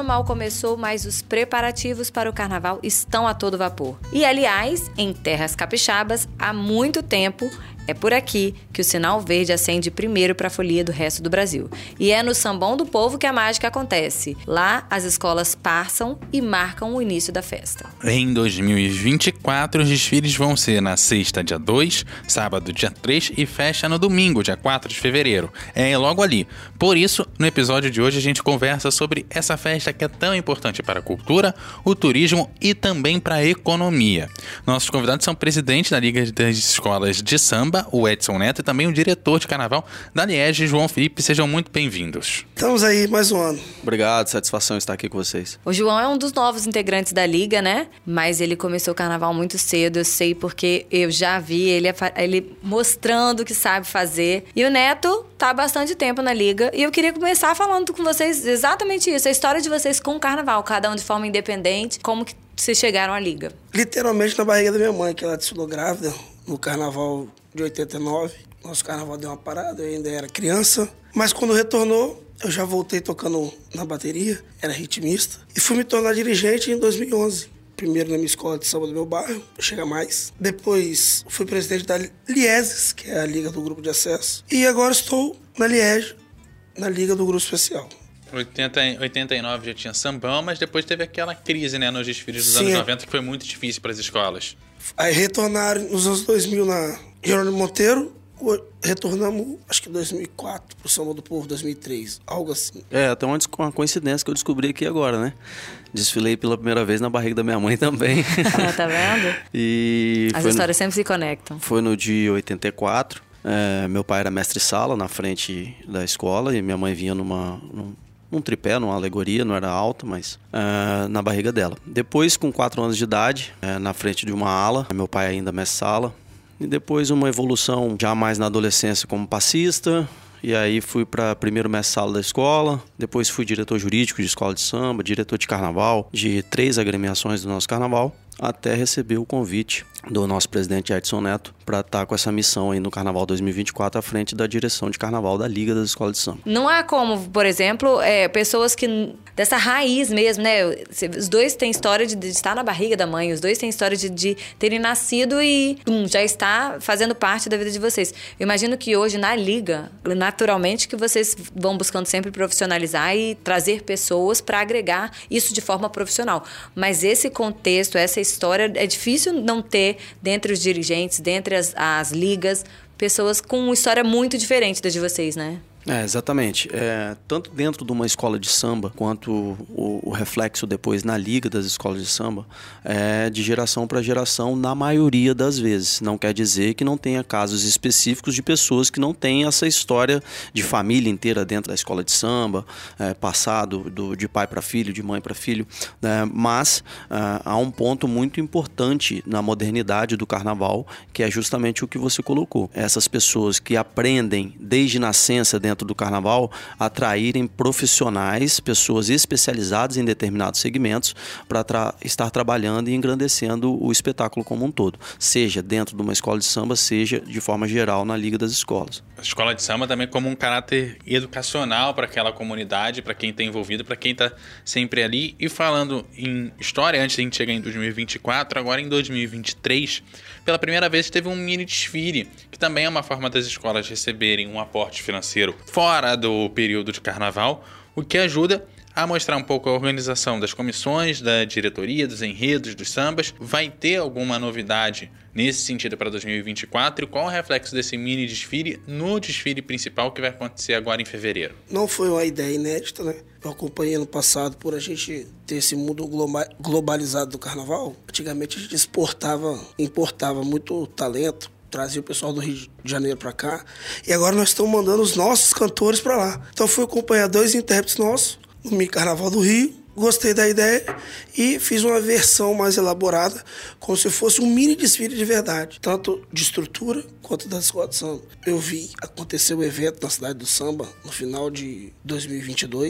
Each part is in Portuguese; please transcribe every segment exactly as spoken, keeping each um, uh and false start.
mal começou, mas os preparativos para o carnaval estão a todo vapor. E, aliás, em terras capixabas, há muito tempo, é por aqui que o sinal verde acende primeiro para a folia do resto do Brasil. E é no Sambão do Povo que a mágica acontece. Lá, as escolas passam e marcam o início da festa. Em dois mil e vinte e quatro, os desfiles vão ser na sexta, dia dois, sábado, dia três e fecha no domingo, dia quatro de fevereiro. É logo ali. Por isso, no episódio de hoje, a gente conversa sobre essa festa que é tão importante para a cultura, o turismo e também para a economia. Nossos convidados são o presidente da Liga das Escolas de Samba, o Edson Neto, e também o diretor de carnaval da Liege, João Felipe. Sejam muito bem-vindos. Estamos aí, mais um ano. Obrigado, satisfação estar aqui com vocês. O João é um dos novos integrantes da Liga, né? Mas ele começou o carnaval muito cedo, eu sei porque eu já vi ele, ele mostrando que sabe fazer. E o Neto tá há bastante tempo na Liga. E eu queria começar falando com vocês exatamente isso, a história de vocês com o carnaval, cada um de forma independente, como que vocês chegaram à Liga. Literalmente na barriga da minha mãe, que ela desfilou grávida no carnaval de oitenta e nove. Nosso carnaval deu uma parada, eu ainda era criança. Mas quando retornou, eu já voltei tocando na bateria, era ritmista. E fui me tornar dirigente em dois mil e onze. Primeiro na minha escola de samba do meu bairro, Chega Mais. Depois fui presidente da Lieses, que é a Liga do Grupo de Acesso. E agora estou na Liege, na Liga do Grupo Especial. oitenta, oitenta e nove já tinha sambão, mas depois teve aquela crise, né, nos desfiles dos Sim. anos noventa, que foi muito difícil para as escolas. Aí retornaram nos anos dois mil na Jerônimo Monteiro. Retornamos, acho que em dois mil e quatro, pro Samba do Povo, dois mil e três, algo assim. É, até uma, uma coincidência que eu descobri aqui agora, né? Desfilei pela primeira vez na barriga da minha mãe também. Ah, tá vendo? E As histórias no, sempre se conectam. Foi no dia oitenta e quatro. É, meu pai era mestre-sala na frente da escola e minha mãe vinha numa... Num, num tripé, numa alegoria, não era alta, mas uh, na barriga dela. Depois, com quatro anos de idade, uh, na frente de uma ala, meu pai ainda mestre-sala. E depois uma evolução já mais na adolescência como passista. E aí fui para primeiro mestre-sala da escola. Depois fui diretor jurídico de escola de samba, diretor de carnaval, de três agremiações do nosso carnaval, até receber o convite do nosso presidente Edson Neto para estar com essa missão aí no Carnaval dois mil e vinte e quatro à frente da direção de carnaval da Liga das Escolas de Samba. Não há como, por exemplo, é, pessoas que... dessa raiz mesmo, né? Os dois têm história de, de estar na barriga da mãe, os dois têm história de, de terem nascido e pum, já está fazendo parte da vida de vocês. Eu imagino que hoje na Liga, naturalmente, que vocês vão buscando sempre profissionalizar e trazer pessoas para agregar isso de forma profissional. Mas esse contexto, essa história, é difícil não ter dentre os dirigentes, dentre as, as ligas, pessoas com uma história muito diferente da de vocês, né? É, exatamente. É, tanto dentro de uma escola de samba, quanto o, o reflexo depois na Liga das Escolas de Samba, é de geração para geração na maioria das vezes. Não quer dizer que não tenha casos específicos de pessoas que não têm essa história de família inteira dentro da escola de samba, é, passado do, de pai para filho, de mãe para filho, né? Mas é, há um ponto muito importante na modernidade do carnaval, que é justamente o que você colocou. Essas pessoas que aprendem desde nascença dentro dentro do carnaval, atraírem profissionais, pessoas especializadas em determinados segmentos para tra- estar trabalhando e engrandecendo o espetáculo como um todo, seja dentro de uma escola de samba, seja de forma geral na Liga das Escolas. A escola de samba também como um caráter educacional para aquela comunidade, para quem está envolvido, para quem está sempre ali. E falando em história, antes de a gente chegar em dois mil e vinte e quatro, agora em dois mil e vinte e três, pela primeira vez teve um mini desfile, que também é uma forma das escolas receberem um aporte financeiro fora do período de carnaval, o que ajuda a mostrar um pouco a organização das comissões, da diretoria, dos enredos, dos sambas. Vai ter alguma novidade nesse sentido para dois mil e vinte e quatro? E qual é o reflexo desse mini desfile no desfile principal que vai acontecer agora em fevereiro? Não foi uma ideia inédita, né? Eu acompanhei no passado por a gente ter esse mundo globalizado do carnaval. Antigamente a gente exportava, importava muito talento, trazia o pessoal do Rio de Janeiro para cá. E agora nós estamos mandando os nossos cantores para lá. Então fui acompanhar dois intérpretes nossos no mini carnaval do Rio. Gostei da ideia e fiz uma versão mais elaborada, como se fosse um mini desfile de verdade, tanto de estrutura quanto da escola de samba. Eu vi acontecer o evento na Cidade do Samba no final de dois mil e vinte e dois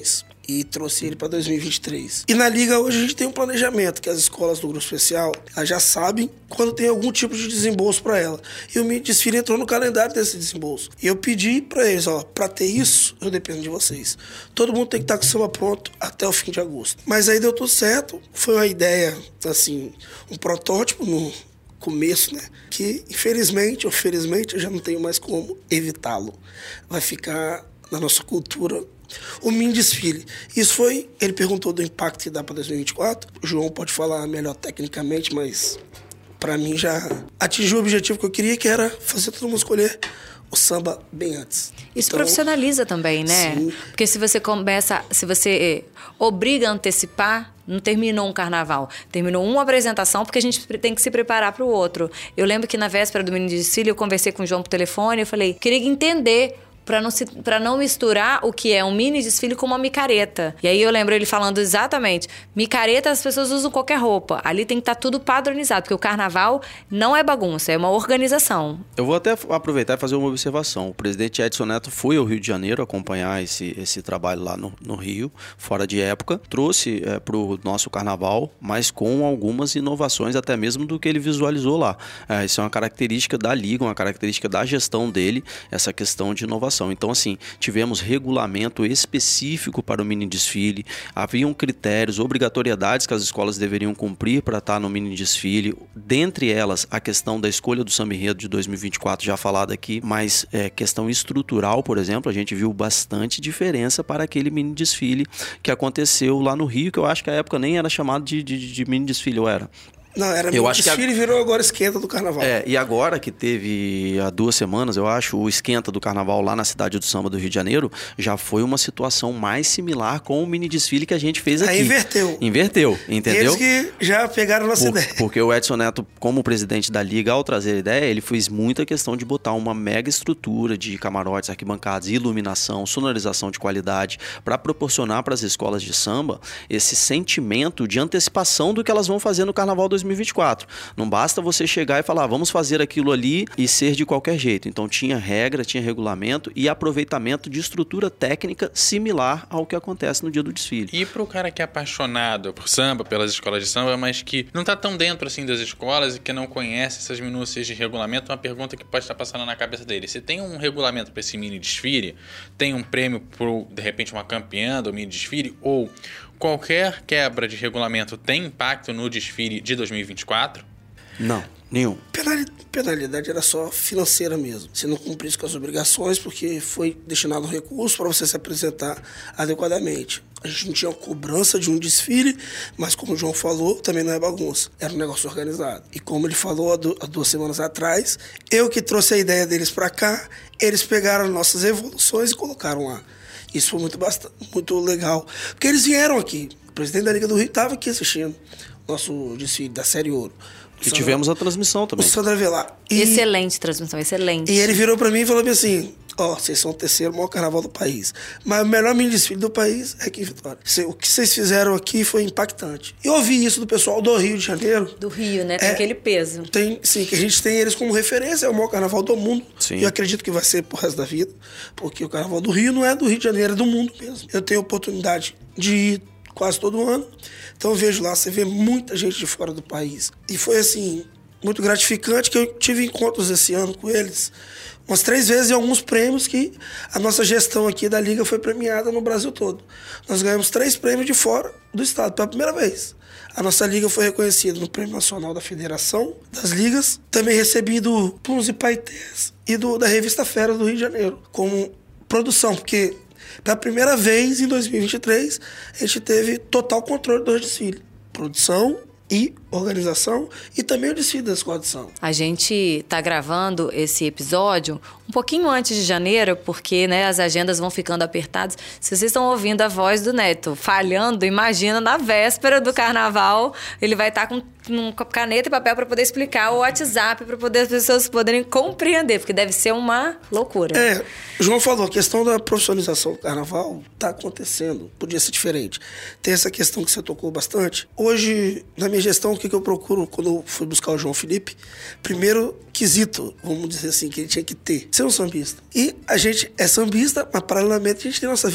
e trouxe ele para dois mil e vinte e três. E na Liga hoje a gente tem um planejamento, que as escolas do Grupo Especial elas já sabem quando tem algum tipo de desembolso para ela. E o mini desfile entrou no calendário desse desembolso. E eu pedi para eles, ó, para ter isso, eu dependo de vocês. Todo mundo tem que estar com o samba pronto até o fim de agosto. Mas aí deu tudo certo, foi uma ideia, assim, um protótipo no começo, né? Que infelizmente ou felizmente eu já não tenho mais como evitá-lo. Vai ficar na nossa cultura o mini desfile. Isso foi, ele perguntou do impacto que dá para dois mil e vinte e quatro. O João pode falar melhor tecnicamente, mas para mim já atingiu o objetivo que eu queria, que era fazer todo mundo escolher o samba bem antes. Isso então, profissionaliza também, né? Sim. Porque se você começa, se você obriga a antecipar, não terminou um carnaval, terminou uma apresentação, porque a gente tem que se preparar para o outro. Eu lembro que na véspera do mini desfile eu conversei com o João por telefone, eu falei, queria entender para não, se, para não misturar o que é um mini desfile com uma micareta. E aí eu lembro ele falando exatamente, micareta as pessoas usam qualquer roupa, ali tem que estar tudo padronizado, porque o carnaval não é bagunça, é uma organização. Eu vou até aproveitar e fazer uma observação. O presidente Edson Neto foi ao Rio de Janeiro acompanhar esse, esse trabalho lá no, no Rio, fora de época, trouxe é, para o nosso carnaval, mas com algumas inovações até mesmo do que ele visualizou lá. É, isso é uma característica da Liga, uma característica da gestão dele, essa questão de inovação. Então, assim, tivemos regulamento específico para o mini desfile, haviam critérios, obrigatoriedades que as escolas deveriam cumprir para estar no mini desfile, dentre elas a questão da escolha do samba enredo de dois mil e vinte e quatro, já falado aqui, mas é, questão estrutural, por exemplo, a gente viu bastante diferença para aquele mini desfile que aconteceu lá no Rio, que eu acho que a época nem era chamado de, de, de mini desfile, ou era? Não, era eu mini acho desfile que a... e virou agora esquenta do carnaval. É, e agora que teve há duas semanas, eu acho, o esquenta do carnaval lá na cidade do samba do Rio de Janeiro, já foi uma situação mais similar com o mini desfile que a gente fez aqui. Aí inverteu. Inverteu, entendeu? Eles que já pegaram nossa Por, ideia. Porque o Edson Neto, como presidente da Liga, ao trazer a ideia, ele fez muita questão de botar uma mega estrutura de camarotes, arquibancadas, iluminação, sonorização de qualidade, para proporcionar para as escolas de samba esse sentimento de antecipação do que elas vão fazer no Carnaval dois mil e vinte e quatro. Não basta você chegar e falar, vamos fazer aquilo ali e ser de qualquer jeito. Então tinha regra, tinha regulamento e aproveitamento de estrutura técnica similar ao que acontece no dia do desfile. E pro cara que é apaixonado por samba, pelas escolas de samba, mas que não tá tão dentro assim das escolas e que não conhece essas minúcias de regulamento, uma pergunta que pode estar passando na cabeça dele. Se tem um regulamento para esse mini desfile, tem um prêmio por, de repente, uma campeã do mini desfile, ou qualquer quebra de regulamento tem impacto no desfile de dois mil e vinte e quatro? Não, nenhum. Penalidade era só financeira mesmo. Se não cumprisse com as obrigações, porque foi destinado um recurso para você se apresentar adequadamente. A gente não tinha cobrança de um desfile, mas como o João falou, também não é bagunça. Era um negócio organizado. E como ele falou há, du- há duas semanas atrás, eu que trouxe a ideia deles para cá, eles pegaram nossas evoluções e colocaram lá. Isso foi muito, bastante, muito legal. Porque eles vieram aqui. O presidente da Liga do Rio estava aqui assistindo nosso desfile da Série Ouro. E Sandra, tivemos a transmissão também. O Sandra Velar. E, excelente transmissão, excelente. E ele virou pra mim e falou assim, ó, oh, vocês são o terceiro maior carnaval do país, mas o melhor mini desfile do país é aqui em Vitória. O que vocês fizeram aqui foi impactante. Eu ouvi isso do pessoal do Rio de Janeiro. Do Rio, né? Tem é, aquele peso. Tem, sim, que a gente tem eles como referência, é o maior carnaval do mundo. Sim. E eu acredito que vai ser pro resto da vida, porque o carnaval do Rio não é do Rio de Janeiro, é do mundo mesmo. Eu tenho a oportunidade de ir quase todo ano, então eu vejo lá, você vê muita gente de fora do país. E foi assim, muito gratificante que eu tive encontros esse ano com eles, umas três vezes, e alguns prêmios que a nossa gestão aqui da Liga foi premiada no Brasil todo. Nós ganhamos três prêmios de fora do estado, pela primeira vez. A nossa Liga foi reconhecida no Prêmio Nacional da Federação das Ligas, também recebi do Puns e Paetês e do, da Revista Fera do Rio de Janeiro, como produção, porque pela primeira vez, em dois mil e vinte e três, a gente teve total controle do desfile. Produção e organização e também o desfile da escola de samba. A gente está gravando esse episódio um pouquinho antes de janeiro, porque, né, as agendas vão ficando apertadas. Se vocês estão ouvindo a voz do Neto falhando, imagina na véspera do carnaval, ele vai estar com, com caneta e papel para poder explicar, o WhatsApp para poder as pessoas poderem compreender, porque deve ser uma loucura. É, o João falou, a questão da profissionalização do carnaval está acontecendo, podia ser diferente. Tem essa questão que você tocou bastante. Hoje, na minha gestão, o que, que eu procuro quando eu fui buscar o João Felipe? Primeiro quesito, vamos dizer assim, que ele tinha que ter, ser um sambista. E a gente é sambista, mas paralelamente a gente tem nossa vida.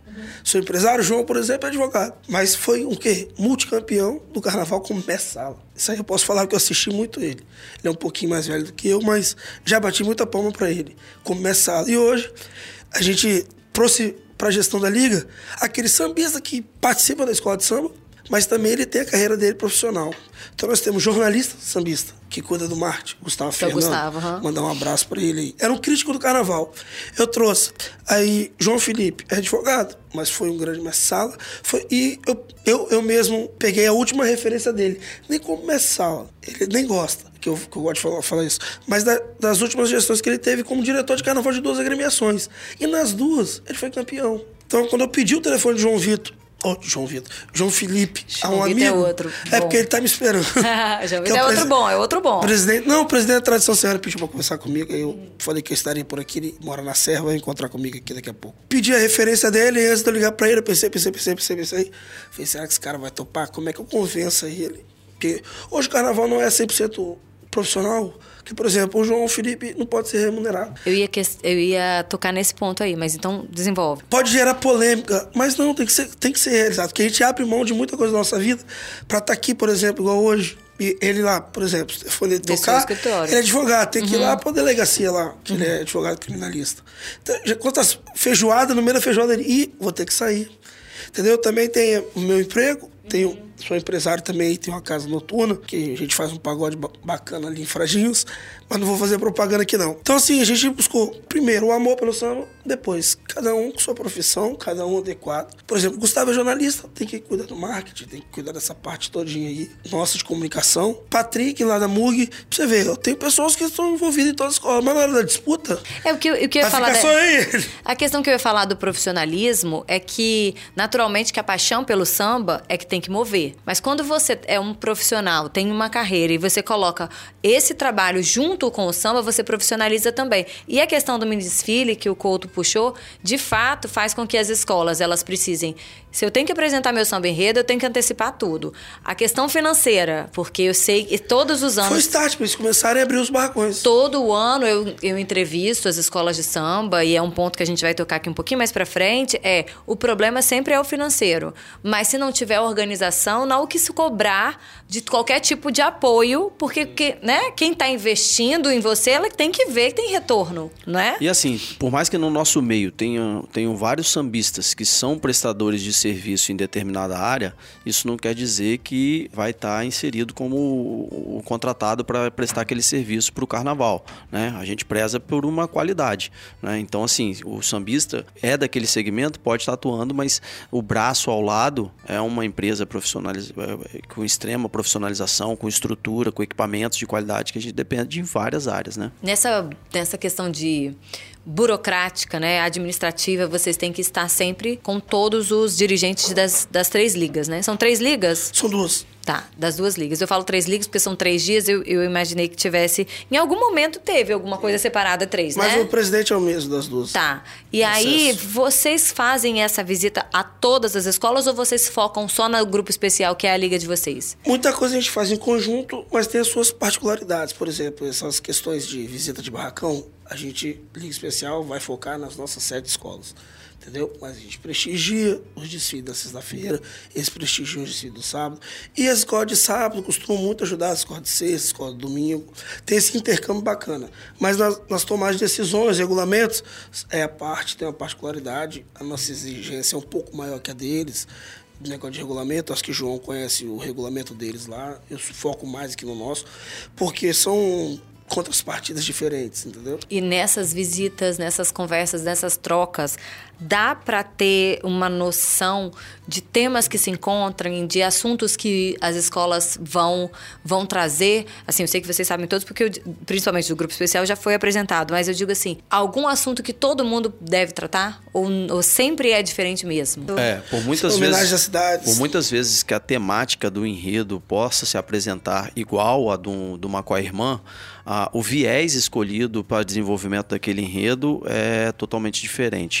Sou empresário, João, por exemplo, é advogado. Mas foi um quê? Multicampeão do carnaval como mestre sala. Isso aí eu posso falar que eu assisti muito ele. Ele é um pouquinho mais velho do que eu, mas já bati muita palma para ele como mestre sala. E hoje a gente trouxe para a gestão da liga aquele sambista que participa da escola de samba, mas também ele tem a carreira dele profissional. Então nós temos jornalista sambista, que cuida do marketing, Gustavo Fernando. Gustavo, uhum. Mandar um abraço para ele aí. Era um crítico do carnaval. Eu trouxe. Aí João Felipe é advogado, mas foi um grande mestre-sala. Foi, e eu, eu, eu mesmo peguei a última referência dele. Nem como mestre-sala. Ele nem gosta que eu, que eu gosto de falar, falar isso. Mas da, das últimas gestões que ele teve como diretor de carnaval de duas agremiações. E nas duas, ele foi campeão. Então, quando eu pedi o telefone de João Vitor, Oh, João Vitor. João Felipe. João a um Vitor amigo. É outro. É bom. porque ele tá me esperando. João Vitor é, é outro bom, é outro bom. Presidente, não, o presidente da Tradição Serra pediu pra conversar comigo. Aí eu falei que eu estaria por aqui. Ele mora na Serra, vai encontrar comigo aqui daqui a pouco. Pedi a referência dele e antes de eu ligar pra ele, eu pensei, pensei, pensei, pensei, pensei. Falei, será que esse cara vai topar? Como é que eu convenço ele? Porque hoje o carnaval não é cem por cento profissional. Que, por exemplo, o João Felipe não pode ser remunerado. Eu ia, que, eu ia tocar nesse ponto aí, mas então desenvolve. Pode gerar polêmica, mas não, tem que ser, tem que ser realizado. Porque a gente abre mão de muita coisa da nossa vida para estar aqui, por exemplo, igual hoje. E ele lá, por exemplo, se for ele tocar, ele é advogado, tem que uhum. ir lá pra delegacia lá, que uhum. ele é advogado criminalista. Então, já quantas feijoadas, no meio da feijoada ele, ih, vou ter que sair. Entendeu? Também tem o meu emprego, tenho, sou empresário também, tenho uma casa noturna, que a gente faz um pagode bacana ali em Frajinhos, mas não vou fazer propaganda aqui não. Então assim, a gente buscou primeiro o amor pelo samba, depois cada um com sua profissão, cada um adequado. Por exemplo, o Gustavo é jornalista, tem que cuidar do marketing, tem que cuidar dessa parte todinha aí, nossa de comunicação. Patrick lá da M U G, pra você ver, eu tenho pessoas que estão envolvidas em todas as escolas, mas na hora da disputa... É o que, o que eu ia falar... Só aí. A questão que eu ia falar do profissionalismo é que, naturalmente, que a paixão pelo samba é que tem que mover. Mas quando você é um profissional, tem uma carreira e você coloca esse trabalho junto com o samba, você profissionaliza também. E a questão do mini desfile que o Couto puxou, de fato, faz com que as escolas, elas precisem... Se eu tenho que apresentar meu samba enredo, eu tenho que antecipar tudo. A questão financeira, porque eu sei que todos os anos... Foi start, para eles começarem a abrir os barracões. Todo ano eu, eu entrevisto as escolas de samba, e é um ponto que a gente vai tocar aqui um pouquinho mais pra frente, é o problema sempre é o financeiro. Mas se não tiver organização, não há o que se cobrar de qualquer tipo de apoio, porque que, né, quem está investindo em você, ela tem que ver que tem retorno, não é? E assim, por mais que no nosso meio tenham, tenham vários sambistas que são prestadores de serviço em determinada área, isso não quer dizer que vai estar inserido como o, o contratado para prestar aquele serviço para o carnaval, né? A gente preza por uma qualidade, né? Então, assim, o sambista é daquele segmento, pode estar atuando, mas o braço ao lado é uma empresa profissionaliz... com extrema profissionalização, com estrutura, com equipamentos de qualidade que a gente depende de várias áreas, né? Nessa, nessa questão de burocrática, né, administrativa, vocês têm que estar sempre com todos os dirigentes das, das três ligas, né? São três ligas? São duas. Tá, das duas ligas. Eu falo três ligas porque são três dias, eu, eu imaginei que tivesse... Em algum momento teve alguma coisa separada, três, Mas né? Mas o presidente é o mesmo das duas. Tá. E Processo. Aí, vocês fazem essa visita a todas as escolas ou vocês focam só no grupo especial, que é a liga de vocês? Muita coisa a gente faz em conjunto, mas tem as suas particularidades. Por exemplo, essas questões de visita de barracão, a gente, Liga Especial, vai focar nas nossas sete escolas, entendeu? Mas a gente prestigia os desfiles da sexta-feira, eles prestigiam os desfiles do sábado. E as escolas de sábado costumam muito ajudar, as escolas de sexta, as escolas de domingo. Tem esse intercâmbio bacana. Mas nas, nas tomadas de decisões, regulamentos, é a parte, tem uma particularidade. A nossa exigência é um pouco maior que a deles. Negócio de regulamento, acho que o João conhece o regulamento deles lá. Eu foco mais aqui no nosso, porque são... contra partidas diferentes, entendeu? E nessas visitas, nessas conversas, nessas trocas, dá para ter uma noção de temas que se encontram, de assuntos que as escolas vão, vão trazer? Assim, eu sei que vocês sabem todos, porque eu, principalmente do grupo especial já foi apresentado, mas eu digo assim, algum assunto que todo mundo deve tratar? Ou, ou sempre é diferente mesmo? É, por muitas homenagem vezes, às cidades. Por muitas vezes que a temática do enredo possa se apresentar igual a do, do Macoá Irmã, Ah, o viés escolhido para o desenvolvimento daquele enredo é totalmente diferente.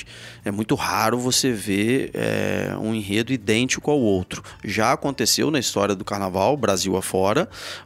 É muito raro você ver é, um enredo idêntico ao outro. Já aconteceu na história do carnaval, Brasil afora,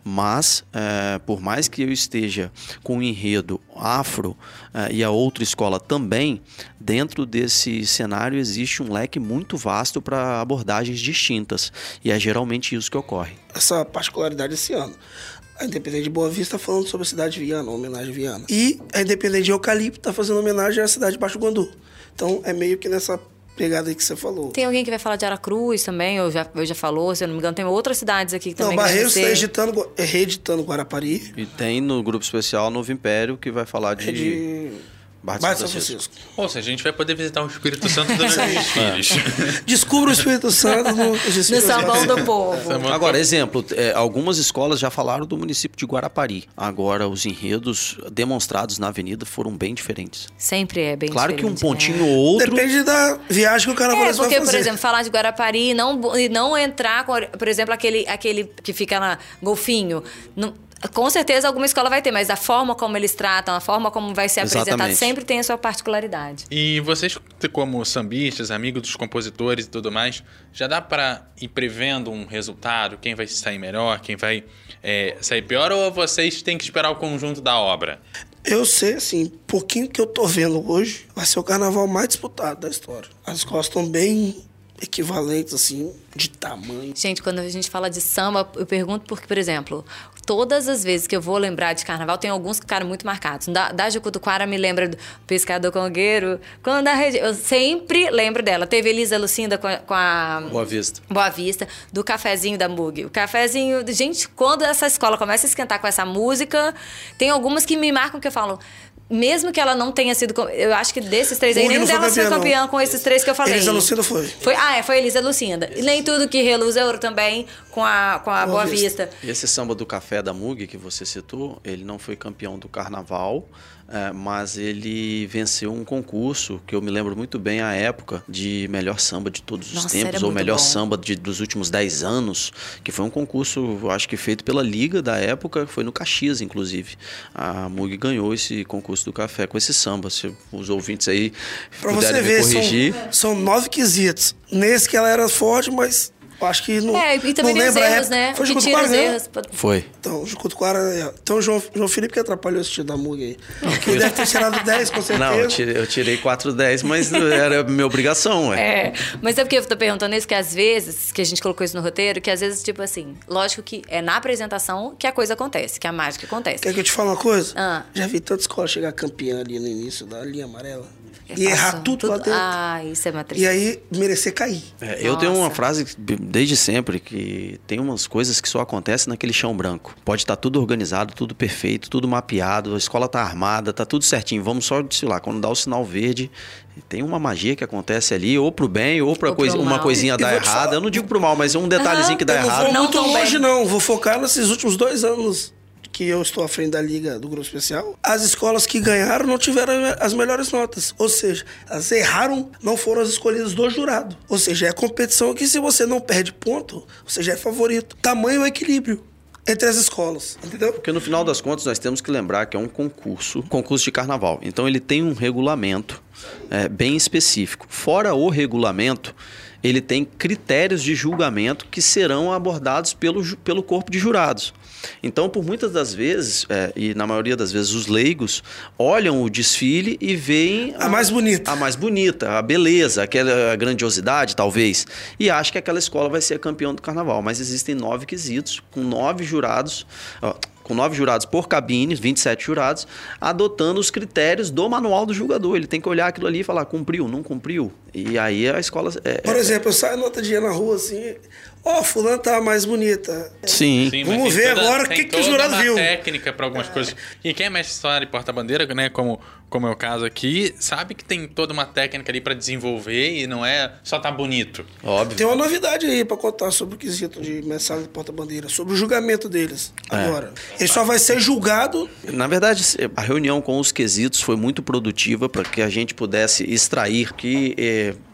mas é, por mais que eu esteja com um enredo afro é, e a outra escola também, dentro desse cenário existe um leque muito vasto para abordagens distintas. E é geralmente isso que ocorre. Essa particularidade esse ano. A Independente de Boa Vista está falando sobre a cidade de Viana, uma homenagem a Viana. E a Independente de Eucalipto está fazendo homenagem à cidade de Baixo Guandu. Então é meio que nessa pegada aí que você falou. Tem alguém que vai falar de Aracruz também, eu já, eu já falou, se eu não me engano, tem outras cidades aqui que também... Não, Barreiros está editando, reeditando Guarapari. E tem no grupo especial Novo Império que vai falar de... É de... Barra Barra de de São São Francisco. Francisco. Ou seja, a gente vai poder visitar o Espírito Santo dos nossos filhos. Descubra o Espírito Santo no, no Sambão do Povo. Agora, exemplo, é, algumas escolas já falaram do município de Guarapari. Agora, os enredos demonstrados na avenida foram bem diferentes. Sempre é bem claro diferente. Claro que um pontinho né? ou outro... Depende da viagem que o cara vai fazer. É, porque, por exemplo, falar de Guarapari e não, e não entrar, com, por exemplo, aquele, aquele que fica na Golfinho... Não, com certeza alguma escola vai ter, mas a forma como eles tratam, a forma como vai ser Exatamente. apresentado, sempre tem a sua particularidade. E vocês, como sambistas, amigos dos compositores e tudo mais, já dá pra ir prevendo um resultado? Quem vai sair melhor, quem vai é, sair pior? Ou vocês têm que esperar o conjunto da obra? Eu sei, assim, pouquinho que eu tô vendo hoje, vai ser o carnaval mais disputado da história. As escolas estão bem equivalentes, assim, de tamanho. Gente, quando a gente fala de samba, eu pergunto porque, por exemplo, todas as vezes que eu vou lembrar de carnaval, tem alguns que ficaram muito marcados. Da, da Jucutuquara me lembra do Pescador Congueiro. Quando a regi... Eu sempre lembro dela. Teve Elisa Lucinda com a, com a... Boa Vista. Boa Vista, do Cafezinho da Mug. O Cafezinho... Gente, quando essa escola começa a esquentar com essa música, tem algumas que me marcam que eu falo... Mesmo que ela não tenha sido... Eu acho que desses três aí, nenhum delas foi campeã com esses três que eu falei. Elisa Lucinda foi. foi ah, é, foi Elisa Lucinda. E nem tudo que reluz é ouro também com a, com a Boa, Boa Vista. Vista. E esse samba do Café da Mug que você citou, ele não foi campeão do carnaval, é, mas ele venceu um concurso que eu me lembro muito bem à época de melhor samba de todos os Nossa, tempos, ou melhor bom. samba de, dos últimos dez anos, que foi um concurso, acho que feito pela Liga da época, foi no Caxias, inclusive. A Mug ganhou esse concurso do café com esse samba. Se os ouvintes aí pra puderem você ver, me corrigir. São, são nove quesitos. Nesse que ela era forte, mas eu acho que não. É, e também não tem os lembra erros, né? Foi que tira os erros. Foi. Então, Jucutuquara. Então, João, João Felipe que atrapalhou esse tiro da Mug aí. Que deve ter tirado dez, com certeza. Não, eu tirei, eu tirei quatro dez, mas era minha obrigação, ué. É, mas é porque eu tô perguntando isso, que às vezes, que a gente colocou isso no roteiro, que às vezes, tipo assim, lógico que é na apresentação que a coisa acontece, que a mágica acontece. Quer que eu te fale uma coisa? Ah. Já vi tanta escola chegar campeã ali no início da linha amarela. É e errar fácil, tudo, tudo lá dentro. Ah, isso é uma E tristeza. aí, merecer cair. É, eu tenho uma frase desde sempre, que tem umas coisas que só acontecem naquele chão branco. Pode estar tudo organizado, tudo perfeito, tudo mapeado, a escola tá armada, tá tudo certinho. Vamos só, sei lá, quando dá o sinal verde, tem uma magia que acontece ali, ou pro bem, ou pra ou coisa, uma coisinha dar errada. Eu não digo pro mal, mas é um detalhezinho uhum, que dá eu errado. Não vou não muito longe, bem. não. Vou focar nesses últimos dois anos que eu estou à frente da Liga do Grupo Especial. As escolas que ganharam não tiveram as melhores notas. Ou seja, elas erraram, não foram as escolhidas do jurado. Ou seja, é competição que se você não perde ponto, você já é favorito. Tamanho e equilíbrio entre as escolas, entendeu? Porque no final das contas nós temos que lembrar que é um concurso, concurso de carnaval. Então ele tem um regulamento é, bem específico. Fora o regulamento, ele tem critérios de julgamento que serão abordados pelo, pelo corpo de jurados. Então, por muitas das vezes, é, e na maioria das vezes os leigos, olham o desfile e veem... A, a mais bonita. A mais bonita, a beleza, aquela grandiosidade, talvez. E acham que aquela escola vai ser a campeã do carnaval. Mas existem nove quesitos, com nove jurados... Ó, com nove jurados por cabine, vinte e sete jurados, adotando os critérios do manual do julgador. Ele tem que olhar aquilo ali e falar, cumpriu, não cumpriu. E aí a escola... É, Por exemplo, eu saio no outro dia na rua assim... Ó, oh, fulano tá mais bonita. Sim. Sim, vamos ver toda, agora o que, que o jurado viu. Tem técnica para algumas é. coisas. E quem é mestre história e porta-bandeira, né, como, como é o caso aqui, sabe que tem toda uma técnica ali para desenvolver e não é só tá bonito. Óbvio. Tem uma novidade aí para contar sobre o quesito de mestre e porta-bandeira, sobre o julgamento deles é. agora. Ele só vai ser julgado... Na verdade, a reunião com os quesitos foi muito produtiva para que a gente pudesse extrair que... É,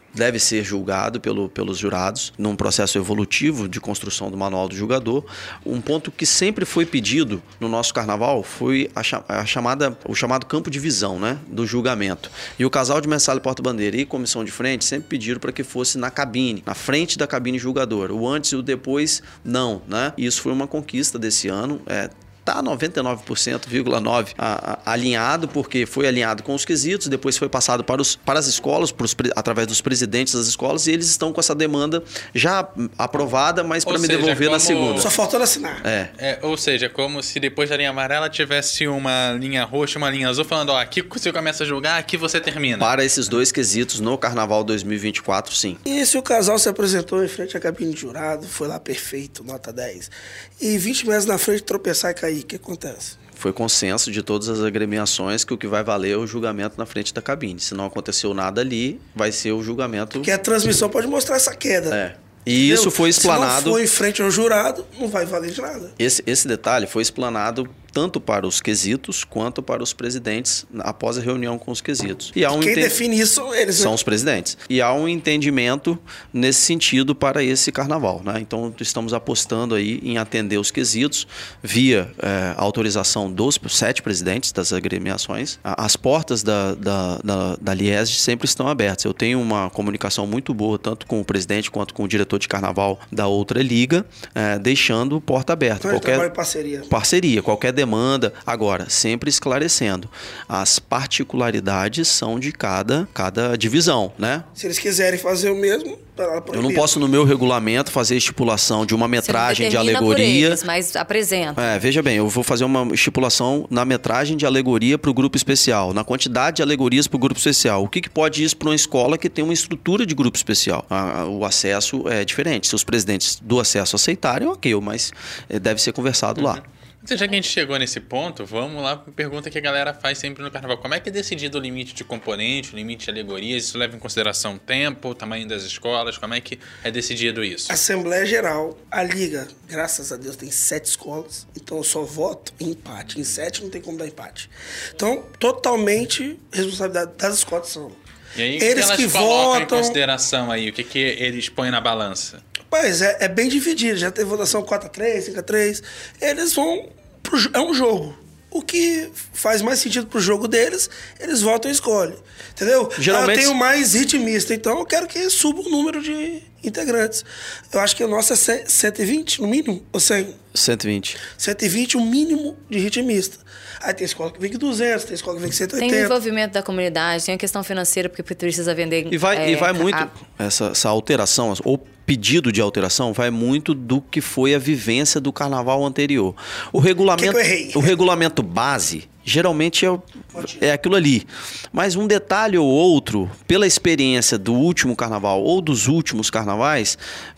deve ser julgado pelo, pelos jurados, num processo evolutivo de construção do manual do julgador. Um ponto que sempre foi pedido no nosso carnaval foi a, cha- a chamada, o chamado campo de visão, né, do julgamento. E o casal de mestre e porta-bandeira e comissão de frente sempre pediram para que fosse na cabine, na frente da cabine julgadora. O antes e o depois, não, né? E isso foi uma conquista desse ano. É, Está noventa e nove vírgula nove por cento a, a, alinhado, porque foi alinhado com os quesitos, depois foi passado para, os, para as escolas, para os, através dos presidentes das escolas, e eles estão com essa demanda já aprovada, mas para me seja, devolver como... na segunda. Só faltou assinar. É. É, ou seja, como se depois da linha amarela tivesse uma linha roxa, uma linha azul, falando, ó, aqui você começa a julgar, aqui você termina. Para esses dois quesitos no Carnaval dois mil e vinte e quatro, sim. E se o casal se apresentou em frente à cabine de jurado, foi lá perfeito, nota dez, e vinte metros na frente tropeçar e cair, o que acontece? Foi consenso de todas as agremiações que o que vai valer é o julgamento na frente da cabine. Se não aconteceu nada ali, vai ser o julgamento... Porque a transmissão pode mostrar essa queda. É. E isso foi explanado... Se não for em frente ao jurado, não vai valer de nada. Esse, esse detalhe foi explanado tanto para os quesitos quanto para os presidentes após a reunião com os quesitos. E há um Quem ente... define isso são eles. São né? os presidentes. E há um entendimento nesse sentido para esse carnaval, né? Então, estamos apostando aí em atender os quesitos via é, autorização dos sete presidentes das agremiações. As portas da, da, da, da Liege sempre estão abertas. Eu tenho uma comunicação muito boa, tanto com o presidente quanto com o diretor de carnaval da outra liga, é, deixando porta aberta. Então, qualquer trabalho em parceria. Parceria, qualquer demanda. Agora, sempre esclarecendo, as particularidades são de cada, cada divisão, né? Se eles quiserem fazer o mesmo, tá lá Eu não posso, no meu regulamento, fazer estipulação de uma metragem de determina por alegoria. eles, mas apresenta. É, veja bem, eu vou fazer uma estipulação na metragem de alegoria para o grupo especial, na quantidade de alegorias para o grupo especial. O que, que pode isso para uma escola que tem uma estrutura de grupo especial? Ah, o acesso é diferente. Se os presidentes do acesso aceitarem, ok, mas deve ser conversado lá. Já que a gente chegou nesse ponto, vamos lá para a pergunta que a galera faz sempre no carnaval. Como é que é decidido o limite de componente, o limite de alegorias? Isso leva em consideração o tempo, o tamanho das escolas? Como é que é decidido isso? Assembleia Geral, a Liga, graças a Deus, tem sete escolas, então eu só voto em empate. Em sete não tem como dar empate. Então, totalmente responsabilidade das escolas são. E aí, o que eles elas que colocam votam... em consideração aí? O que, que eles põem na balança? Mas é, é bem dividido, já teve votação quatro a três, cinco a três. Eles vão... Pro, é um jogo. O que faz mais sentido pro jogo deles, eles votam e escolhem. Entendeu? Geralmente... Ah, eu tenho mais ritmista, então eu quero que suba o número de integrantes. Eu acho que a nossa é cento e vinte, no mínimo, ou cem? cento e vinte. cento e vinte, o mínimo de ritmista. Aí tem escola que vem com duzentos, tem escola que vem com cento e oitenta. Tem o envolvimento da comunidade, tem a questão financeira, porque precisa vender... E vai, é, e vai muito... A... Essa, essa alteração, ou pedido de alteração, vai muito do que foi a vivência do carnaval anterior. O regulamento, que que eu errei? o regulamento base... Geralmente é, é aquilo ali. Mas um detalhe ou outro, pela experiência do último carnaval ou dos últimos carnavais,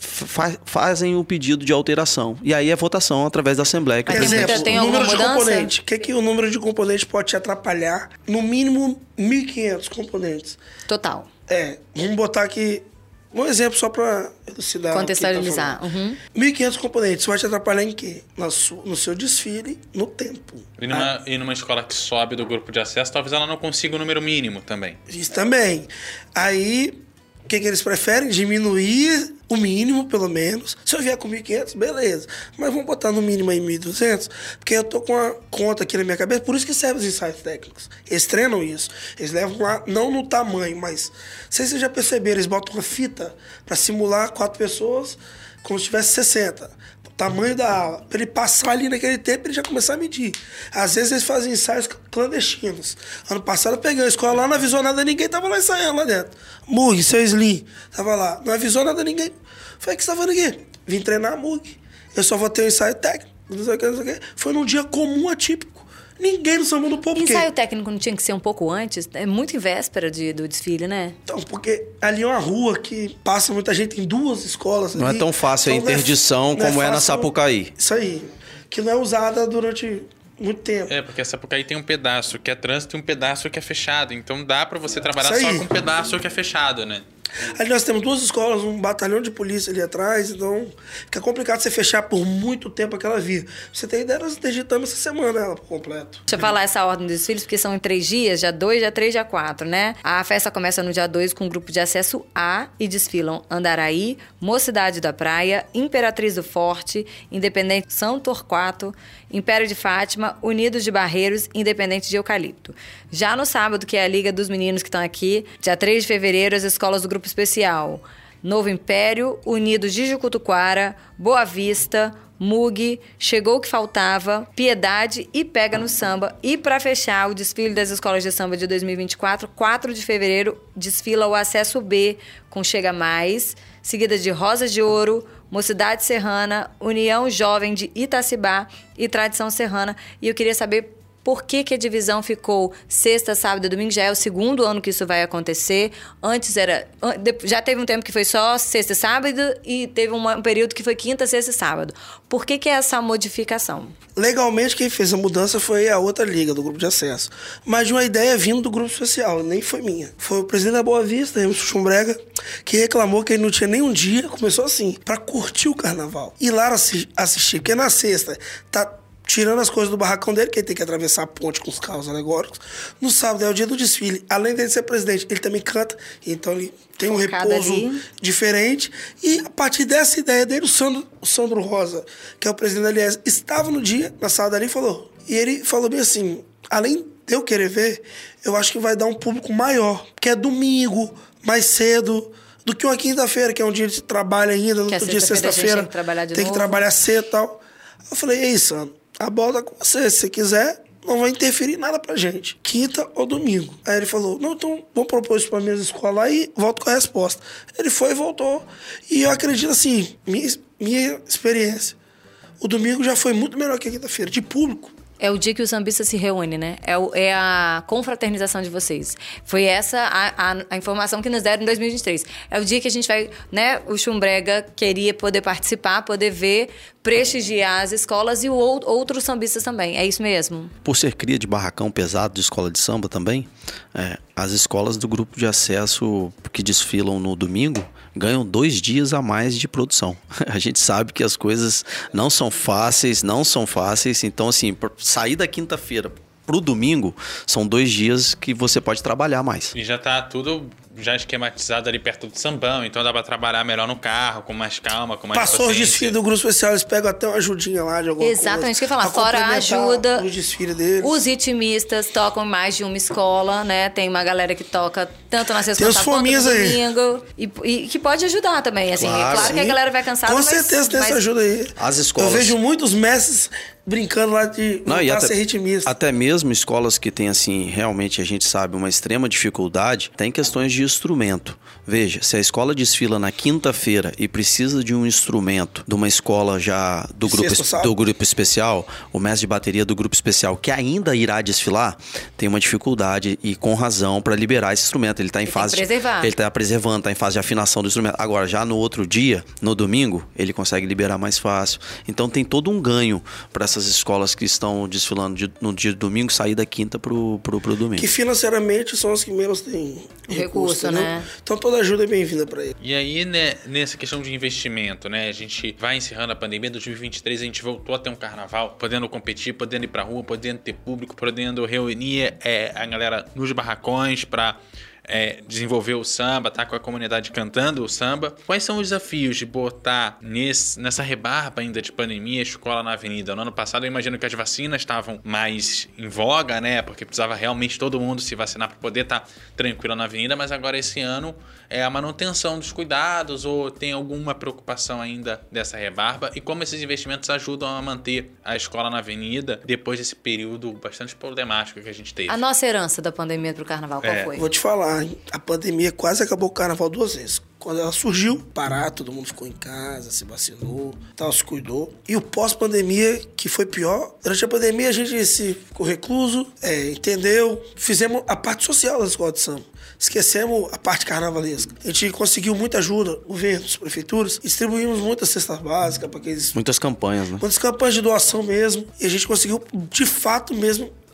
fa fazem o pedido de alteração. E aí é votação através da Assembleia. Que Por o presidente... exemplo, tem o alguma número de mudança? componentes. O que, que o número de componentes pode te atrapalhar? No mínimo, mil e quinhentos componentes. Total. É, vamos botar aqui um exemplo só para elucidar. Contextualizar. Tá uhum. mil e quinhentos componentes, vai te atrapalhar em quê? No, su, no seu desfile, no tempo. E numa, Ah, e numa escola que sobe do grupo de acesso, talvez ela não consiga o número mínimo também. isso também. Aí, o que, que eles preferem? Diminuir o mínimo, pelo menos. Se eu vier com mil e quinhentos, beleza. Mas vamos botar no mínimo aí mil e duzentos, porque eu tô com uma conta aqui na minha cabeça, por isso que servem os ensaios técnicos. Eles treinam isso. Eles levam lá, não no tamanho, mas... Não sei se vocês já perceberam, eles botam uma fita para simular quatro pessoas como se tivesse sessenta. O tamanho da aula. Para ele passar ali naquele tempo, ele já começar a medir. Às vezes eles fazem ensaios clandestinos. Ano passado eu peguei a escola lá, não avisou nada, ninguém tava lá ensaiando lá dentro. Mug, seu Slim, tava lá. Não avisou nada, ninguém. Falei, o que você tá fazendo aqui? Vim treinar a Mug. Eu só vou ter um ensaio técnico. Não sei o que, não sei o que. Foi num dia comum, atípico. Ninguém no samba do povo. Ensaio técnico não tinha que ser um pouco antes? É muito em véspera de, do desfile, né? Então, porque ali é uma rua que passa muita gente, tem duas escolas Não ali. é tão fácil a Então, não é- interdição não é como é na fácil- Sapucaí. Isso aí. Que não é usada durante muito tempo. É, porque essa Sapucaí tem um pedaço que é trânsito e um pedaço que é fechado. Então dá pra você trabalhar Isso só aí. com um pedaço que é fechado, né? Aí nós temos duas escolas, um batalhão de polícia ali atrás, então fica complicado você fechar por muito tempo aquela via. Você tem ideia, nós digitamos essa semana ela por completo. Deixa eu falar essa ordem dos desfiles, porque são em três dias, dia dois, dia três, dia quatro, né? A festa começa no dia dois com o grupo de acesso A e desfilam Andaraí, Mocidade da Praia, Imperatriz do Forte, Independente São Torquato, Império de Fátima, Unidos de Barreiros, Independente de Eucalipto. Já no sábado, que é a Liga dos Meninos que estão aqui, dia três de fevereiro, as escolas do Grupo Especial. Novo Império, Unidos de Jucutuquara, Boa Vista, Mug, Chegou o que Faltava, Piedade e Pega no Samba. E para fechar o desfile das escolas de samba de dois mil e vinte e quatro, quatro de fevereiro, desfila o Acesso B com Chega Mais, seguida de Rosas de Ouro, Mocidade Serrana, União Jovem de Itacibá e Tradição Serrana. E eu queria saber por que que a divisão ficou sexta, sábado e domingo. Já é o segundo ano que isso vai acontecer. Antes era... Já teve um tempo que foi só sexta e sábado e teve um período que foi quinta, sexta e sábado. Por que que é essa modificação? Legalmente, quem fez a mudança foi a outra liga do grupo de acesso. Mas de uma ideia vindo do grupo especial, nem foi minha. Foi o presidente da Boa Vista, Emerson Schumbrega, que reclamou que ele não tinha nem um dia, começou assim, para curtir o carnaval. Ir lá assistir, porque na sexta tá tirando as coisas do barracão dele, que ele tem que atravessar a ponte com os carros alegóricos. No sábado é o dia do desfile. Além dele ser presidente, ele também canta, então ele tem um Focado repouso ali. diferente. E a partir dessa ideia dele, o Sandro, o Sandro Rosa, que é o presidente da Aliança, estava no dia, na sala dali, e falou. E ele falou bem assim, além de eu querer ver, eu acho que vai dar um público maior, porque é domingo, mais cedo, do que uma quinta-feira, que é um dia de trabalho ainda, no Que é outro dia, sexta-feira, sexta-feira, tem que trabalhar de tem novo. que trabalhar cedo e tal. Eu falei, ei, Sandro, a bola tá com você. Se você quiser, não vai interferir nada pra gente. Quinta ou domingo. Aí ele falou, não, então vou propor isso pra minhas escolas lá e volto com a resposta. Ele foi e voltou. E eu acredito assim, minha, minha experiência, o domingo já foi muito melhor que a quinta-feira, de público. É o dia que o sambista se reúne, né? É, o, é a confraternização de vocês. Foi essa a, a, a informação que nos deram em dois mil e vinte e três. É o dia que a gente vai, né? O Schumbrega queria poder participar, poder ver, prestigiar as escolas e o, outros sambistas também. É isso mesmo? Por ser cria de barracão pesado de escola de samba também, é, as escolas do grupo de acesso que desfilam no domingo ganham dois dias a mais de produção. A gente sabe que as coisas não são fáceis, não são fáceis. Então, assim, sair da quinta-feira pro domingo, são dois dias que você pode trabalhar mais. E já tá tudo já esquematizado ali perto do sambão, então dá pra trabalhar melhor no carro, com mais calma, com mais Passou os desfiles do grupo especial, eles pegam até uma ajudinha lá de alguma Exatamente, coisa. o que eu ia falar, fora a ajuda, os desfiles deles. Os ritmistas tocam mais de uma escola, né? Tem uma galera que toca tanto na sexta quanto no domingo. E, e que pode ajudar também, assim. Claro, claro que a galera vai cansada, com mas... certeza tem mas... essa ajuda aí. As escolas... Eu vejo muitos mestres brincando lá de não, e até, ser ritmista. Até mesmo escolas que têm, assim, realmente a gente sabe, uma extrema dificuldade, tem questões de instrumento. Veja, se a escola desfila na quinta-feira e precisa de um instrumento de uma escola já do grupo, do grupo especial, o mestre de bateria do grupo especial, que ainda irá desfilar, tem uma dificuldade e com razão para liberar esse instrumento. Ele está em ele fase. De, ele está preservando, está em fase de afinação do instrumento. Agora, já no outro dia, no domingo, ele consegue liberar mais fácil. Então tem todo um ganho para essas escolas que estão desfilando de, no dia de domingo, sair da quinta pro, pro, pro domingo. Que financeiramente são os que menos têm recurso, recurso, né? Então toda ajuda é bem-vinda para ele. E aí, né, nessa questão de investimento, né? A gente vai encerrando a pandemia, dois mil e vinte e três a gente voltou a ter um carnaval, podendo competir, podendo ir pra rua, podendo ter público, podendo reunir é, a galera nos barracões pra É, desenvolver o samba, tá com a comunidade cantando o samba. Quais são os desafios de botar nesse, nessa rebarba ainda de pandemia, escola na avenida? No ano passado eu imagino que as vacinas estavam mais em voga, né? Porque precisava realmente todo mundo se vacinar para poder estar tá tranquilo na avenida, mas agora esse ano é a manutenção dos cuidados ou tem alguma preocupação ainda dessa rebarba? E como esses investimentos ajudam a manter a escola na avenida depois desse período bastante problemático que a gente teve? A nossa herança da pandemia pro carnaval, qual é. foi? Vou te falar, a pandemia quase acabou o carnaval duas vezes. Quando ela surgiu, parar, todo mundo ficou em casa, se vacinou, tal, se cuidou. E o pós-pandemia, que foi pior, durante a pandemia a gente se ficou recluso, é, entendeu? Fizemos a parte social da escola de samba. Esquecemos a parte carnavalesca. A gente conseguiu muita ajuda, governos, prefeituras, distribuímos muitas cestas básicas para aqueles... Muitas campanhas, né? Muitas campanhas de doação mesmo. E a gente conseguiu, de fato mesmo,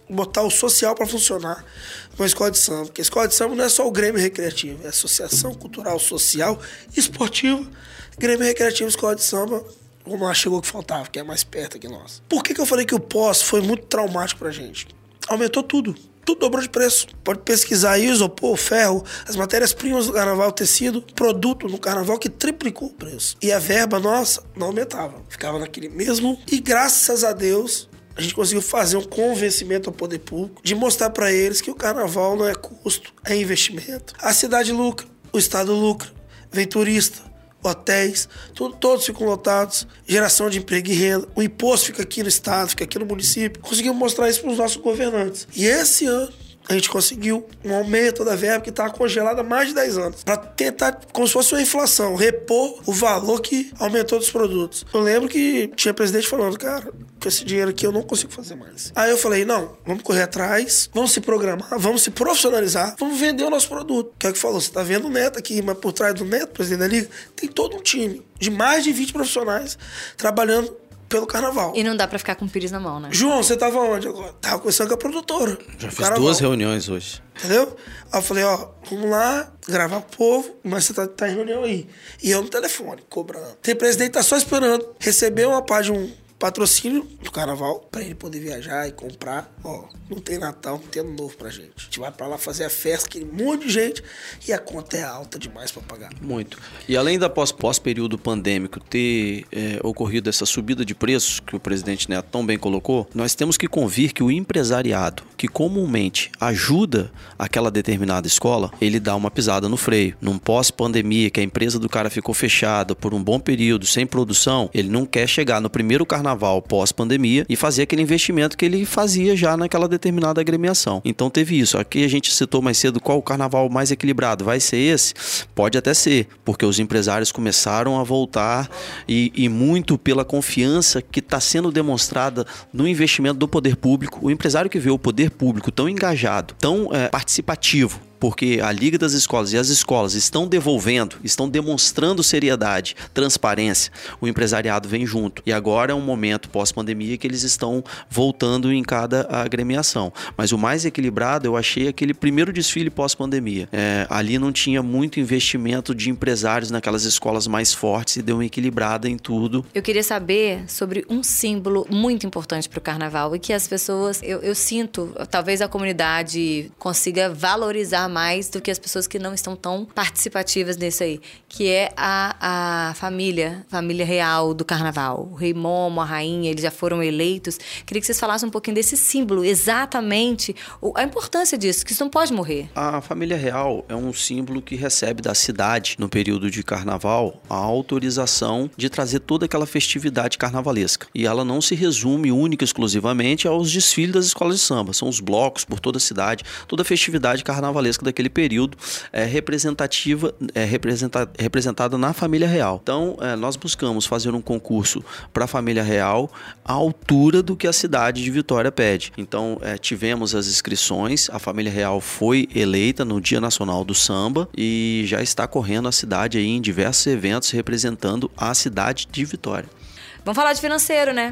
botar o social para funcionar numa escola de samba. Porque a escola de samba não é só o Grêmio Recreativo, é a Associação Cultural, Social e Esportiva. Grêmio Recreativo, escola de samba, vamos lá, chegou o que faltava, que é mais perto aqui nós. Por que que eu falei que o pós foi muito traumático pra gente? Aumentou tudo. Tudo dobrou de preço. Pode pesquisar aí, isopor, ferro, as matérias-primas do carnaval, tecido, produto no carnaval que triplicou o preço. E a verba nossa não aumentava. Ficava naquele mesmo. E graças a Deus, a gente conseguiu fazer um convencimento ao poder público de mostrar para eles que o carnaval não é custo, é investimento. A cidade lucra, o estado lucra, vem turista, hotéis, tudo, todos ficam lotados, geração de emprego e renda, o imposto fica aqui no estado, fica aqui no município. Conseguimos mostrar isso para os nossos governantes. E esse ano a gente conseguiu um aumento da verba que estava congelada há mais de dez anos, para tentar, como se fosse uma inflação, repor o valor que aumentou dos produtos. Eu lembro que tinha presidente falando, cara, com esse dinheiro aqui eu não consigo fazer mais. Aí eu falei, não, vamos correr atrás, vamos se programar, vamos se profissionalizar, vamos vender o nosso produto. O que é que falou? Você tá vendo o Neto aqui, mas por trás do Neto, presidente da Liga, tem todo um time de mais de vinte profissionais trabalhando pelo carnaval. E não dá pra ficar com o pires na mão, né? João, você tava onde agora? Tava conversando com a produtora. Já fiz carnaval. duas reuniões hoje. Entendeu? Aí eu falei, ó, vamos lá, gravar pro povo, mas você tá, tá em reunião aí. E eu no telefone, cobrando. Tem presidente que tá só esperando receber uma parte de um patrocínio do carnaval pra ele poder viajar e comprar. Ó, não tem Natal, não tem Ano Novo pra gente. A gente vai pra lá fazer a festa, aquele monte de gente, e a conta é alta demais pra pagar. Muito. E além da pós, pós-período pandêmico ter é, ocorrido essa subida de preços que o presidente Neto tão bem colocou, nós temos que convir que o empresariado, que comumente ajuda aquela determinada escola, ele dá uma pisada no freio. Num pós-pandemia, que a empresa do cara ficou fechada por um bom período, sem produção, ele não quer chegar no primeiro carnaval pós-pandemia e fazer aquele investimento que ele fazia já naquela determinada agremiação. Então teve isso. Aqui a gente citou mais cedo qual o carnaval mais equilibrado. Vai ser esse? Pode até ser, porque os empresários começaram a voltar e, e muito pela confiança que está sendo demonstrada no investimento do poder público. O empresário que vê o poder público tão engajado, tão é, participativo, porque a Liga das Escolas e as escolas estão devolvendo, estão demonstrando seriedade, transparência, o empresariado vem junto. E agora é um momento pós-pandemia que eles estão voltando em cada agremiação. Mas o mais equilibrado eu achei aquele primeiro desfile pós-pandemia. É, ali não tinha muito investimento de empresários naquelas escolas mais fortes e deu uma equilibrada em tudo. Eu queria saber sobre um símbolo muito importante para o carnaval e que as pessoas, eu, eu sinto, talvez a comunidade consiga valorizar mais do que as pessoas que não estão tão participativas nisso aí, que é a, a família, família real do carnaval. O rei Momo, a rainha, eles já foram eleitos. Queria que vocês falassem um pouquinho desse símbolo, exatamente a importância disso, que isso não pode morrer. A família real é um símbolo que recebe da cidade, no período de carnaval, a autorização de trazer toda aquela festividade carnavalesca. E ela não se resume única e exclusivamente aos desfiles das escolas de samba. São os blocos por toda a cidade, toda a festividade carnavalesca daquele período é representativa, é representa, representada na família real. Então, é, nós buscamos fazer um concurso para a família real à altura do que a cidade de Vitória pede. Então, é, tivemos as inscrições, a família real foi eleita no Dia Nacional do Samba e já está correndo a cidade aí em diversos eventos representando a cidade de Vitória. Vamos falar de financeiro, né?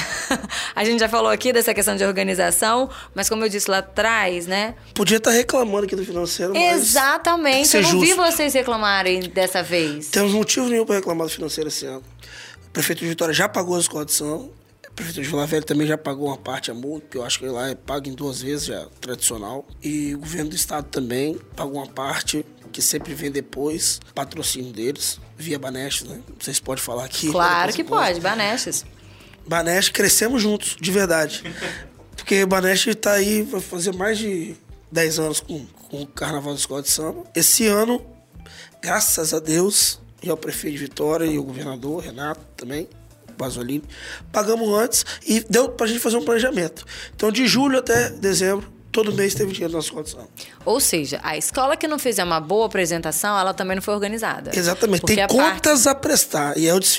A gente já falou aqui dessa questão de organização, mas como eu disse lá atrás, né? Podia estar reclamando aqui do financeiro, mas... Exatamente, eu não justo. vi vocês reclamarem dessa vez. Temos motivo nenhum para reclamar do financeiro esse ano. O prefeito de Vitória já pagou a escola de samba. O prefeito de Vila Velha também já pagou uma parte a multa, que eu acho que lá é pago em duas vezes, já tradicional. E o governo do estado também pagou uma parte, que sempre vem depois, patrocínio deles, via Banestes, né? Vocês podem falar aqui. Claro que pode, Banestes. Banestes, crescemos juntos, de verdade. Porque Banestes está aí, vai fazer mais de dez anos com, com o Carnaval da Escola de Samba. Esse ano, graças a Deus, e ao prefeito de Vitória e o governador, Renato também, Basolini, pagamos antes e deu pra gente fazer um planejamento. Então, de julho até dezembro, todo mês teve dinheiro na escola de samba. Ou seja, a escola que não fizer uma boa apresentação, ela também não foi organizada. Exatamente. Porque tem a contas parte... a prestar e é o desfile.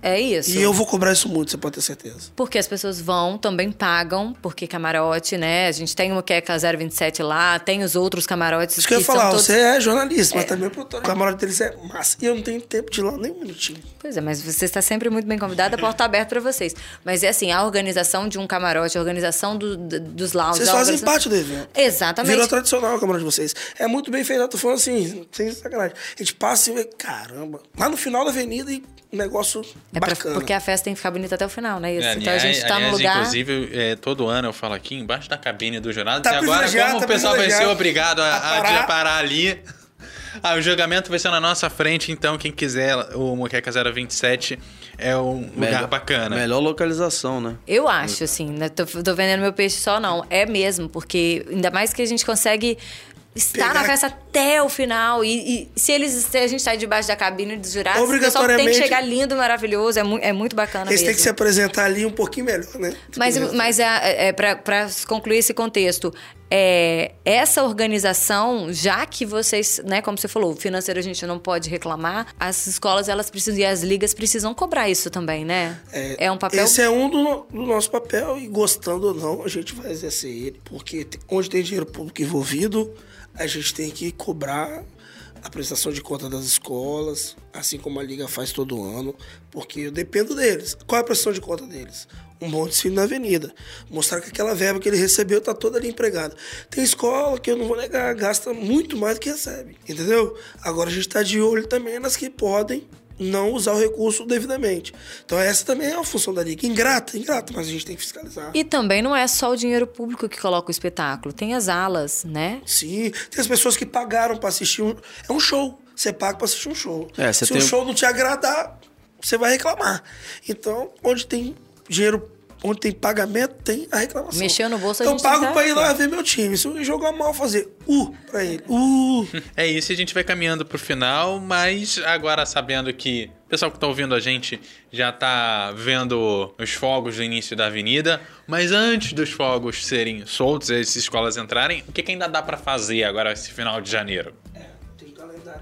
É isso. E eu vou cobrar isso muito, você pode ter certeza. Porque as pessoas vão, também pagam, porque camarote, né? A gente tem o Muqueca zero vinte e sete lá, tem os outros camarotes. Isso que eu ia falar, todos... você é jornalista, é. mas também é produtor. O camarote deles é massa. E eu não tenho tempo de ir lá nem um minutinho. Pois é, mas você está sempre muito bem convidada, a porta está aberta para vocês. Mas é assim, a organização de um camarote, a organização do, do, dos lounges... Vocês fazem organização... parte do evento. Exatamente. Virou tradicional o camarote de vocês. É muito bem feito, eu tô falando assim, sem sacanagem. A gente passa e vê, caramba, lá no final da avenida e um negócio é bacana. Pra, porque a festa tem que ficar bonita até o final, né? Isso. É, então a gente está no lugar... Inclusive, é, todo ano eu falo aqui, embaixo da cabine do jurado, tá e agora como tá o pessoal vai ser obrigado a, a parar. a parar ali... Ah, o julgamento vai ser na nossa frente, então quem quiser, o Muqueca zero vinte e sete é um lugar melhor, bacana. Melhor localização, né? Eu acho, assim, né? Tô, tô vendendo meu peixe só, não. É mesmo, porque ainda mais que a gente consegue estar Pegar... na festa até o final. E, e se, eles, se a gente está debaixo da cabine dos jurados, o pessoal tem que chegar lindo, maravilhoso. É, mu é muito bacana eles mesmo. Eles têm que se apresentar ali um pouquinho melhor, né? Mas, mas é, é, para concluir esse contexto... É, essa organização, já que vocês, né, como você falou, financeiro a gente não pode reclamar, as escolas elas precisam e as ligas precisam cobrar isso também, né? É, é um papel... Esse é um do, do nosso papel e gostando ou não, a gente vai exercer ele. Porque onde tem dinheiro público envolvido, a gente tem que cobrar a prestação de conta das escolas, assim como a liga faz todo ano, porque eu dependo deles. Qual é a prestação de conta deles? Um bom desfile na avenida. Mostrar que aquela verba que ele recebeu está toda ali empregada. Tem escola que eu não vou negar, gasta muito mais do que recebe. Entendeu? Agora a gente está de olho também nas que podem não usar o recurso devidamente. Então essa também é uma função da liga. Ingrata, ingrata, mas a gente tem que fiscalizar. E também não é só o dinheiro público que coloca o espetáculo. Tem as alas, né? Sim. Tem as pessoas que pagaram para assistir um... É um show. Você paga para assistir um show. É, Se tem... o show não te agradar, você vai reclamar. Então, onde tem dinheiro, onde tem pagamento, tem a reclamação. Mexeu no bolso, a então, gente pago tá... pra ir lá ver meu time. Se eu jogar mal, fazer uh pra ele. Uh. É isso, a gente vai caminhando pro final, mas agora sabendo que o pessoal que tá ouvindo a gente já tá vendo os fogos do início da avenida, mas antes dos fogos serem soltos, as escolas entrarem, o que, que ainda dá pra fazer agora esse final de janeiro? É, tem calendário.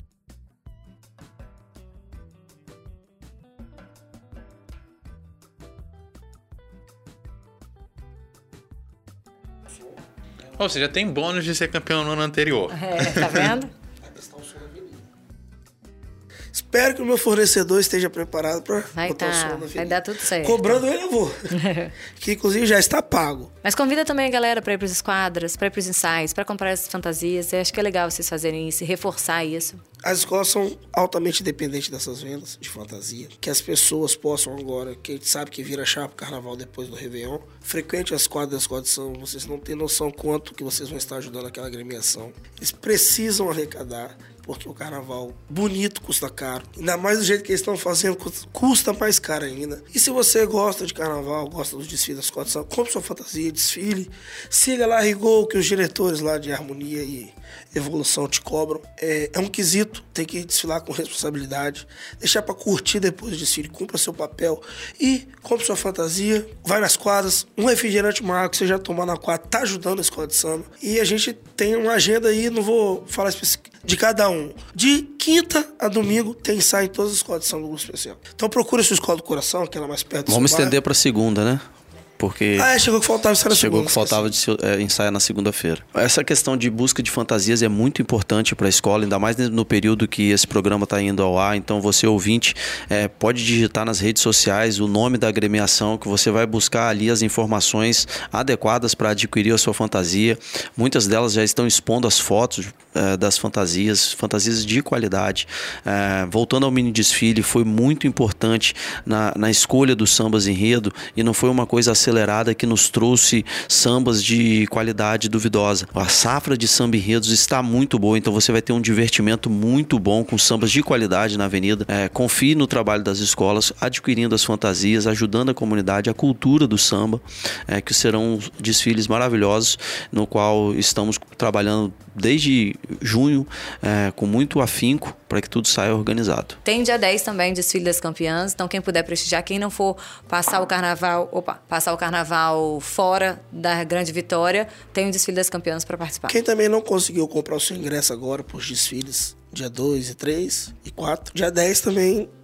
Ou seja, tem bônus de ser campeão no ano anterior. É, tá vendo? Espero que o meu fornecedor esteja preparado para botar tá, o som na avenida. Vai dar tudo certo. Cobrando ele, eu vou. Que inclusive já está pago. Mas convida também a galera para ir para as esquadras, para ir para os ensaios, para comprar essas fantasias. Eu acho que é legal vocês fazerem isso e reforçar isso. As escolas são altamente dependentes dessas vendas de fantasia. Que as pessoas possam agora, que a gente sabe que vira chapa carnaval depois do Réveillon, frequente as quadras das escolas de samba. Vocês não têm noção quanto que vocês vão estar ajudando aquela agremiação. Eles precisam arrecadar, porque o carnaval bonito custa caro. Ainda mais do jeito que eles estão fazendo, custa mais caro ainda. E se você gosta de carnaval, gosta dos desfiles das escolas de samba, compre sua fantasia, desfile. Siga lá a Rigol, que os diretores lá de harmonia e evolução te cobram. É, é um quesito, tem que desfilar com responsabilidade, deixar para curtir depois do desfile, cumpra seu papel e compre sua fantasia, vai nas quadras, um refrigerante, uma água que você já tomar na quadra, tá ajudando a escola de samba. E a gente tem uma agenda aí, não vou falar de cada um. De quinta a domingo tem ensaio em todas as escolas de samba do Grupo Especial. Então procura a sua escola do coração, aquela mais perto do Vamos seu estender para segunda, né? Porque ah, é, chegou que faltava ensaiar na chegou segunda. que faltava de é, ensaiar na segunda-feira. Essa questão de busca de fantasias é muito importante para a escola, ainda mais no período que esse programa está indo ao ar. Então você, ouvinte, é, pode digitar nas redes sociais o nome da agremiação, que você vai buscar ali as informações adequadas para adquirir a sua fantasia. Muitas delas já estão expondo as fotos é, das fantasias, fantasias de qualidade. É, voltando ao mini desfile, foi muito importante na, na escolha dos sambas enredo e não foi uma coisa acelerada que nos trouxe sambas de qualidade duvidosa. A safra de samba enredos está muito boa, então você vai ter um divertimento muito bom com sambas de qualidade na avenida. É, confie no trabalho das escolas, adquirindo as fantasias, ajudando a comunidade, a cultura do samba, é, que serão desfiles maravilhosos, no qual estamos trabalhando desde junho, é, com muito afinco, para que tudo saia organizado. Tem dia dez também, desfile das campeãs, então quem puder prestigiar, quem não for passar o carnaval, opa, passar o carnaval fora da Grande Vitória, tem o desfile das campeãs para participar. Quem também não conseguiu comprar o seu ingresso agora para os desfiles, dia dois e três e quatro, dia dez também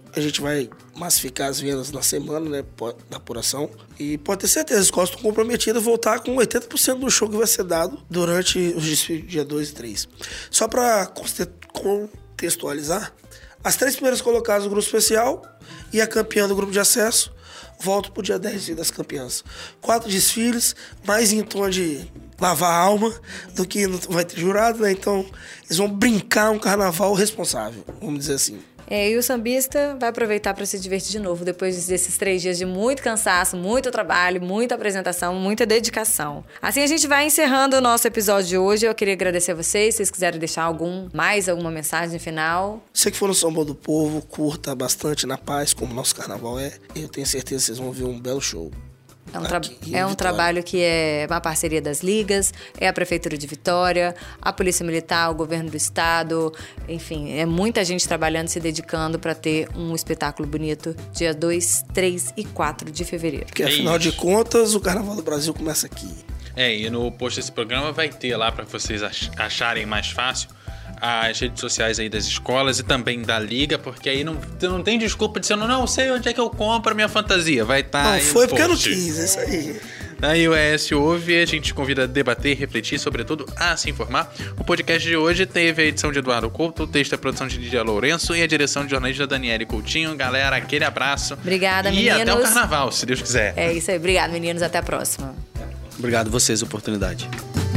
A gente vai massificar as vendas na semana, né, da apuração. E pode ter certeza, as escolas estão comprometidas a voltar com oitenta por cento do show que vai ser dado durante os desfiles dia dois e três. Só para contextualizar, as três primeiras colocadas do grupo especial e a campeã do grupo de acesso voltam para o dia dez das campeãs. Quatro desfiles, mais em tom de lavar a alma do que não vai ter jurado, né? Então, eles vão brincar um carnaval responsável, vamos dizer assim. É, e o sambista vai aproveitar para se divertir de novo depois desses três dias de muito cansaço, muito trabalho, muita apresentação, muita dedicação. Assim a gente vai encerrando o nosso episódio de hoje. Eu queria agradecer a vocês. Se vocês quiserem deixar algum, mais alguma mensagem final. Você que for no Samba do Povo, curta bastante na paz, como o nosso carnaval é. Eu tenho certeza que vocês vão ver um belo show. É um, tra- é um trabalho que é uma parceria das ligas, é a Prefeitura de Vitória, a Polícia Militar, o Governo do Estado, enfim, é muita gente trabalhando, se dedicando para ter um espetáculo bonito dia dois, três e quatro de fevereiro. Porque afinal de contas, o Carnaval do Brasil começa aqui. É, e no post desse programa vai ter lá para vocês acharem mais fácil as redes sociais aí das escolas e também da liga, porque aí não, não tem desculpa dizendo, não sei onde é que eu compro a minha fantasia. Vai estar tá Não, aí foi porque eu não quis, é isso aí. Daí o E S ouve, a gente convida a debater, refletir, sobretudo a se informar. O podcast de hoje teve a edição de Eduardo Couto, o texto e a produção de Lidia Lourenço e a direção de jornalista Daniele Coutinho. Galera, aquele abraço. Obrigada, e meninos. E até o carnaval, se Deus quiser. É isso aí. Obrigada, meninos. Até a próxima. Obrigado a vocês a oportunidade.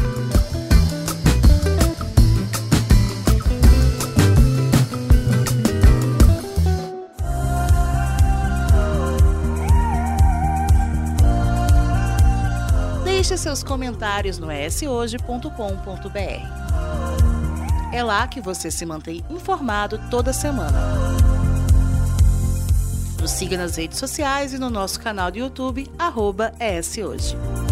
Deixe seus comentários no e s hoje ponto com ponto b r. É lá que você se mantém informado toda semana. Nos siga nas redes sociais e no nosso canal do YouTube, arroba E S Hoje.